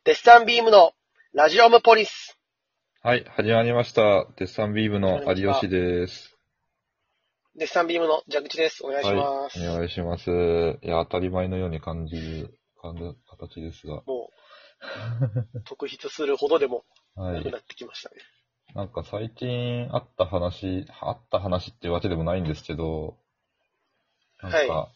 デッサンビームのラジオムポリス。 はい、始まりました。デッサンビームの有吉です。 デッサンビームの蛇口です。お願いしはい、 ます。 お願いします。いや、当たり前のように感じる形ですが。 もう、特筆するほどでもはなくなってきましたね。 なんか最近あった話っていうわけでもないんですけど、なんか、 はい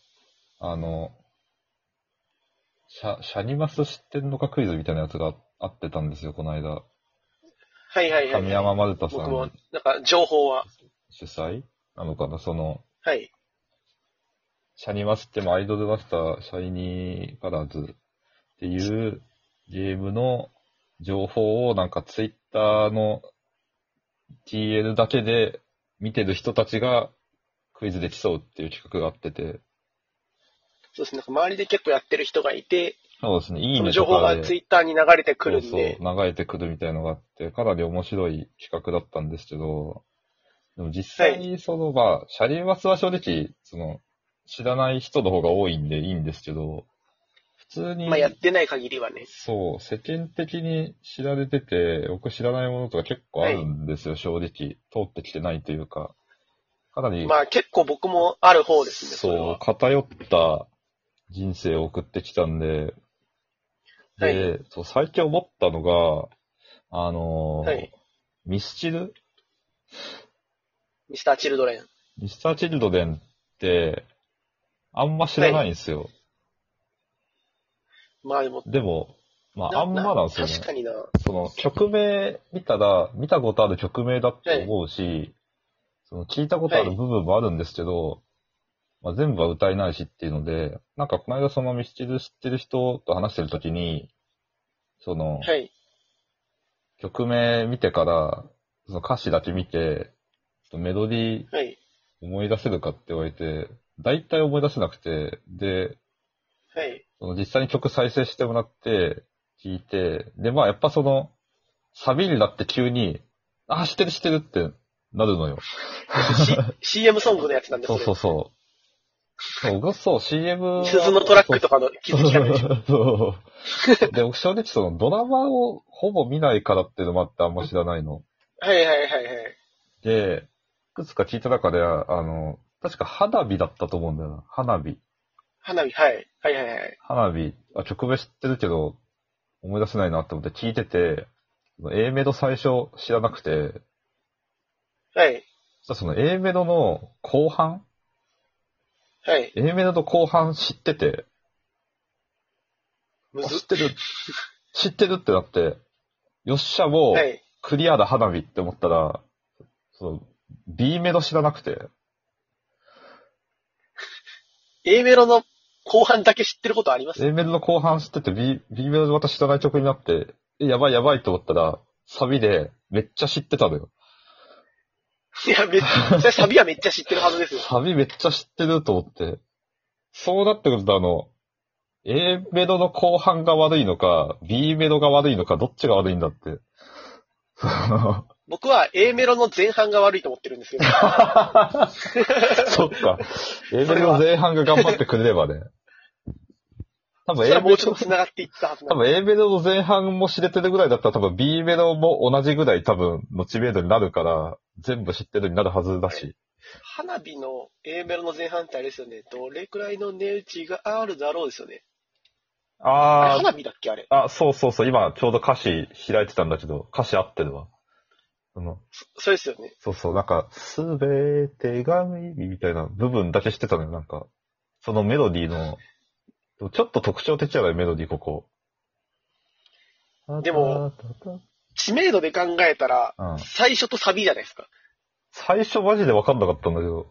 シャニマス知ってんのかクイズみたいなやつがあってたんですよ、この間。 はいはいはい、 神山丸太さ僕も、 んなんか、情報は。 主催なのかな、 はい。 シャニマスってもアイドルマスター、シャイニーカラーズっていうゲームの情報をなんかツイッターの TL だけで見てる人たちがクイズで競うっていう企画があってて。 そうですね。周りで結構やってる人がいて、 そうですね。いいそのね情報がとかで、 ツイッターに流れてくるんで。 そう流れてくるみたいのがあって、かなり面白い企画だったんですけど、でも実はい。 際、シャリマスは正直、知らない人の方が多いんでいいんですけど、普通に、 やってない限りはね。 そう、世間的に知られてて、僕知らないものとか結構あるはい。 んですよ、正直。通ってきてないというか。かなり、 結構僕もある方ですね、それそう、 は。 偏った人生を送ってきたんで、 はい。 そう、最近思ったのが、 はい。 ミスチルミスターチルドレン。 ミスターチルドレンって、あんま知らないはい。 んですよ。 でも、 でも、あんまなんですよね。 確かにな。 曲名見たら、見たことある曲名だってはい。 思うし、聞いたことあるはい。 部分もあるんですけど、全部は歌えないしっていうので、なんかこの間そのミスチル知ってる人と話してるときに、そのはい。 曲名見てから、その歌詞だけ見て、メロディーはい。 思い出せるかって言われて、大体思い出せなくて、で、 はい。 実際に曲再生してもらって、聴いて、で、やっぱサビになって急に、あ、知ってる知ってるってなるのよ。 CM ソングのやつなんで、 そうそれって。 そうそう。そう、そう、CM は、 鈴のトラッそう、 クとかの気づきがないでしょ。 そう。で、僕正直ドラマをほぼ見ないからっていうのもあってあんま知らないの。 はいはいはいはい。 で、いくつか聞いた中では、確か花火だったと思うんだよな。花火。 花火、はい。はいはいはい。 花火。曲名知ってるけど、思い出せないなって思って聞いてて、A メロ最初知らなくて、 はい。 A メロの後半はい。 A メロの後半知ってて、 むずっ。 知ってる、知ってるってなって、よっしゃもう、 はい。 クリアだ花火って思ったら、B メロ知らなくて、 A メロの後半だけ知ってることあります？ A メロの後半知ってて B メロでまた知らない曲になって、やばいやばいと思ったら、サビでめっちゃ知ってたのよ。 いや、それサビはめっちゃ知ってるはずですよ。 サビめっちゃ知ってると思って、そうなってくるとA メロの後半が悪いのか、B メロが悪いのか、どっちが悪いんだって。 僕は A メロの前半が悪いと思ってるんですけど。 そっか。A メそれは。 ロの前半が頑張ってくれればね。多分そした A らもうちょっメロ、 と繋がっていったはずなんで。 A メロの前半も知れてるぐらいだったら多分 B メロも同じぐらい多分の知名度になるから、全部知ってるになるはずだし。 花火の A メロの前半ってあれですよね。どれくらいの値打ちがあるだろうですよね。あれ、 あ花火だっけあれ。 そうそうそう。今ちょうど歌詞開いてたんだけど、歌詞合ってるわ。 そうですよね。 そうそう、なんか、すべてが耳みたいな部分だけ知ってたのよ、なんか。そのメロディーの、ちょっと特徴的じゃないメロディー、ここ。 でも、知名度で考えたら、 うん。 最初とサビじゃないですか。 最初マジで分かんなかったんだけど、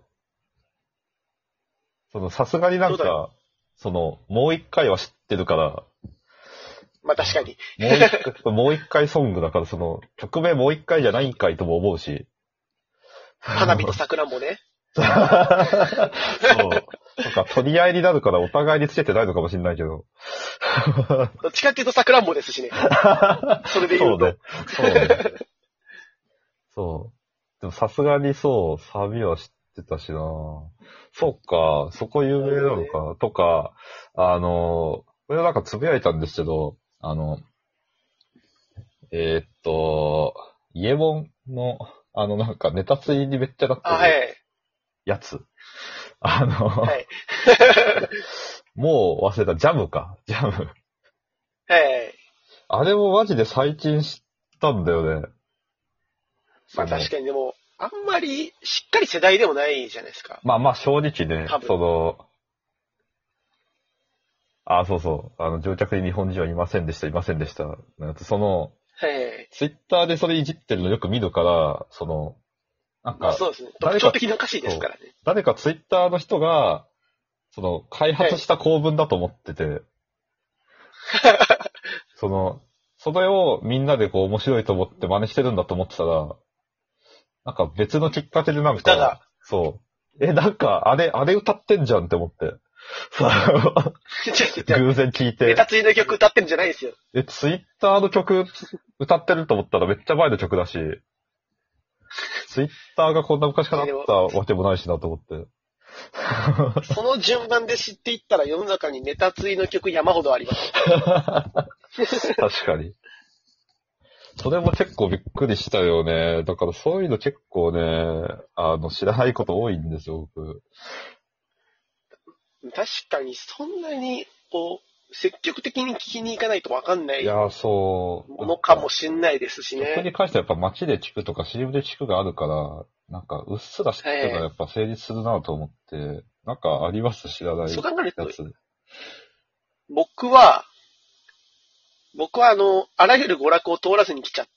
さすがになんそうだよ。 か、もう一回は知ってるから、 確かに。 もう一回ソングだから、曲名もう一回じゃないんかいとも思うし。 花火と桜もね。 そう。なんか取り合いになるからお互いにつけてないのかもしれないけど。 どっちかっていうと桜もですしね。それで言うと。 そうね。そう。でもさすがにそう、サビは知ってたしな。そっか、そこ有名なのか。とか、これなんかつぶやいたんですけど、 イエモンの、なんかネタツイにめっちゃなってはい。 るやつ。 はい。 もう忘れた、ジャムか。ジャム。 はい。 あれもマジで最近知ったんだよね。 まあ確かにでも、あんまりしっかり世代でもないじゃないですか。 まあ正直ね多、分そうそう、乗客に日本人はいませんでした、いませんでした。なんかはい。 ツイッターでそれいじってるのよく見るから、なんか、 まあそうですね。特誰か徴的な歌詞ですからね。 誰かツイッターの人が、開発した構文だと思ってて、それをみんなでこう面白いと思って真似してるんだと思ってたら、なんか別のきっかけでなん歌がか、そう。なんか、あれ歌ってんじゃんって思って。偶然聞いて。 ネタついの曲歌ってるんじゃないですよ。 ツイッターの曲歌ってると思ったらめっちゃ前の曲だし、ツイッターがこんな昔からあったわけもないしなと思って。 その順番で知っていったら世の中にネタついの曲山ほどあります。 確かに。それも結構びっくりしたよね。だからそういうの結構ね、知らないこと多いんですよ、僕。 確かにそんなに、こう、積極的に聞きに行かないとわかんないいや、そう。 ものかもしんないですし曲にね。 関してはやっぱ街で聞くとか CM で聞くがあるから、なんかうっすら知ってるのはやっぱ成立するなと思って、なんかあります知らないそう考えるとやつ。 僕はあらゆる娯楽を通らずに来ちゃって、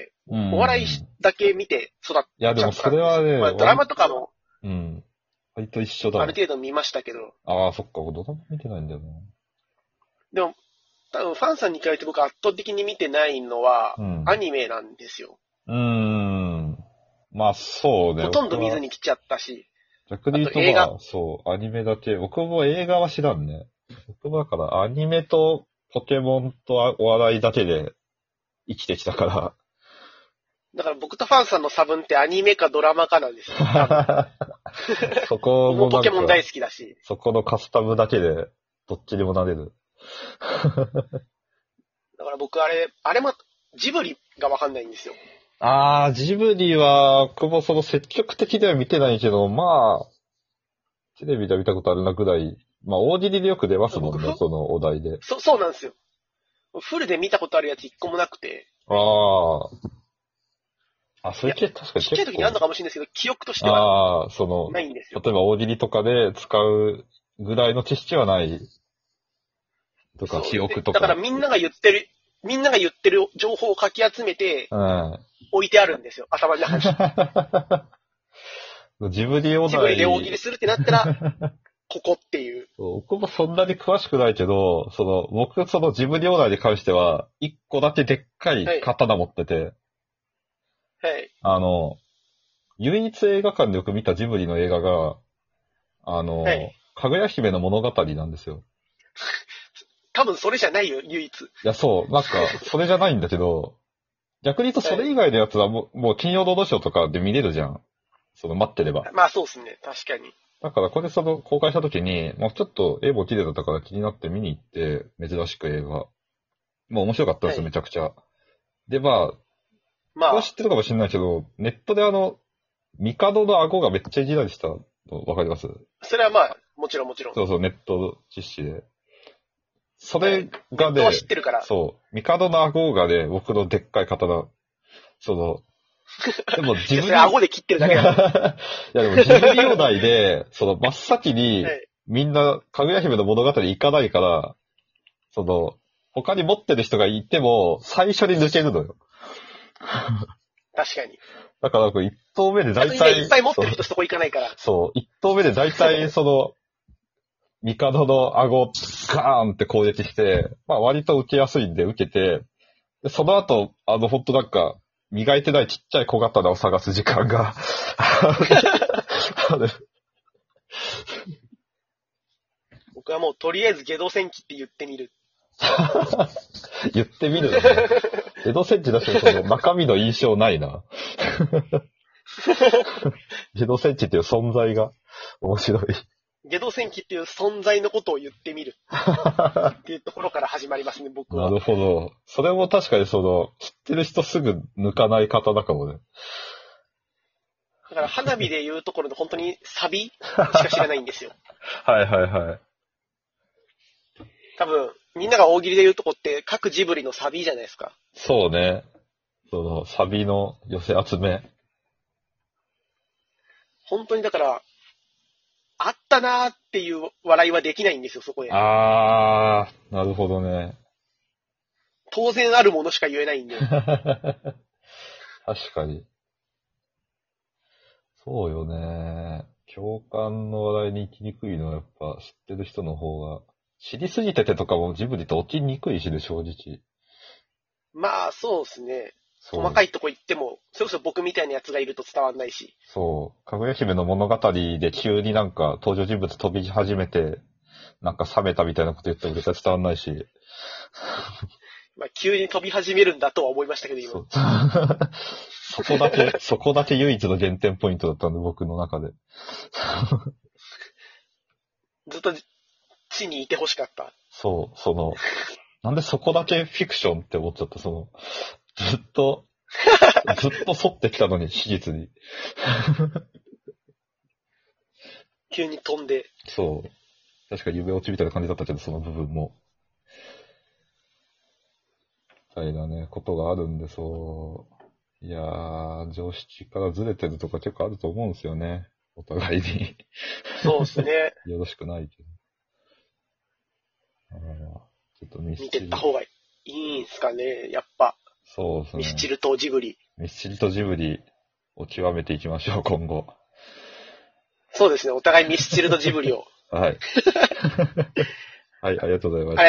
お笑いだけ見て育っちゃったんです。 いや、でもそれはね、 まあ、ドラマとかも、 うん。割と一緒だ。 ある程度見ましたけど。 ああ、そっか、ドラマ見てないんだよな。 でも、多分ファンさんに比べて僕圧倒的に見てないのは、アニメなんですよ。 まあ、そうね。 ほとんど見ずに来ちゃったし。 逆に言うと、 映画まあ、そう、アニメだけ。僕も映画は知らんね。僕もだからアニメとポケモンとお笑いだけで生きてきたから。 だから僕とファンさんの差分ってアニメかドラマかなんですよ。 そこもポケモン大好きだし。 そこのカスタムだけで、どっちにもなれる。 だから僕あれも、ジブリがわかんないんですよ。 ジブリは、僕も積極的では見てないけど、まあ、テレビで見たことあるなぐらい、まあ、大喜利でよく出ますもんね、そのお題で。 そうなんですよ。フルで見たことあるやつ一個もなくて。 それ確かにちっちゃい時にあるのかもしれないですけど、記憶としてはないんですよ。 例えば大喜利とかで使うぐらいの知識はない。とか、記憶とか。 だからみんなが言ってる情報をかき集めて、置いてあるんですよ、頭の中に。 ジブリジブリで大喜利するってなったら、ここっていう。 僕もそんなに詳しくないけど、僕ジブリお題に関しては、一個だけでっかい刀持ってて、 はい。 唯一映画館でよく見たジブリの映画が、かぐや姫の物語なんですよ。 多分それじゃないよ、唯一。 いや、そう、なんか、それじゃないんだけど、逆に言うとそれ以外のやつはもう金曜ロードショーとかで見れるじゃん。待ってれば。 まあそうですね、確かに。 だからこれ公開した時に、もうちょっと絵も綺麗だったから気になって見に行って、珍しく映画。もう面白かったです、めちゃくちゃ。で、まあ、知ってるかもしれないけど、ネットで帝の顎がめっちゃいじられてたのわかります？ それはまあ、もちろん。 そう、ネット実施で。それがね、 知ってるから。 そう、帝の顎がね、僕のでっかい刀。でも自分それ顎で切ってるだけだ。 いやでも自分用題で、真っ先に、みんな、かぐや姫の物語行かないから、他に持ってる人がいても、最初に抜けるのよ。 確かに。 だから、一投目で大体。 いっぱい持ってる人そこ行かないから。 そう、一投目で大体、帝の顎、ガーンって攻撃して、まあ割と受けやすいんで受けて、でその後、ほんとなんか、磨いてないちっちゃい小刀を探す時間が僕はもうとりあえず下道戦記って言ってみる。 言ってみるのね。江戸戦記だけど中身の印象ないな。江戸戦記っていう存在が面白い。 ゲド戦記っていう存在のことを言ってみるっていうところから始まりますね、僕は。 なるほど。それも確かに知ってる人すぐ抜かない方だかもね。 だから花火で言うところの本当にサビしか知らないんですよ。 はいはいはい。 多分、みんなが大喜利で言うとこって各ジブリのサビじゃないですか。 そうね。サビの寄せ集め。 本当にだから、あったなーっていう笑いはできないんですよ、そこで。 なるほどね。 当然あるものしか言えないんで。 確かに。そうよね。共感の話題に行きにくいのはやっぱ知ってる人の方が、知りすぎててとかもジブリと起きにくいしね、正直。 まあ、そうですね。 そう。 細かいとこ行っても、それこそ僕みたいなやつがいると伝わんないし。 そう。かぐや姫の物語で急になんか登場人物飛び始めて、なんか冷めたみたいなこと言っても絶対伝わんないし。 まあ、急に飛び始めるんだとは思いましたけど、今。 そこだけ唯一の減点ポイントだったんで、僕の中で。 ずっと地にいてほしかった。 そう、なんでそこだけフィクションって思っちゃった、ずっと沿ってきたのに、史実に。 急に飛んで。 そう。確か夢落ちみたいな感じだったけど、その部分も。みたいなね、ことがあるんで、そう。いやー、常識からずれてるとか結構あると思うんですよね。お互いに。 そうですね。 よろしくないけど。ちょっとミス見チル。 てった方がいいんすかね、やっぱ。 そうですね。 ミスチルとジブリ。 ミスチルとジブリを極めていきましょう、今後。 そうですね、お互いミスチルとジブリを。 はい。はい、ありがとうございました。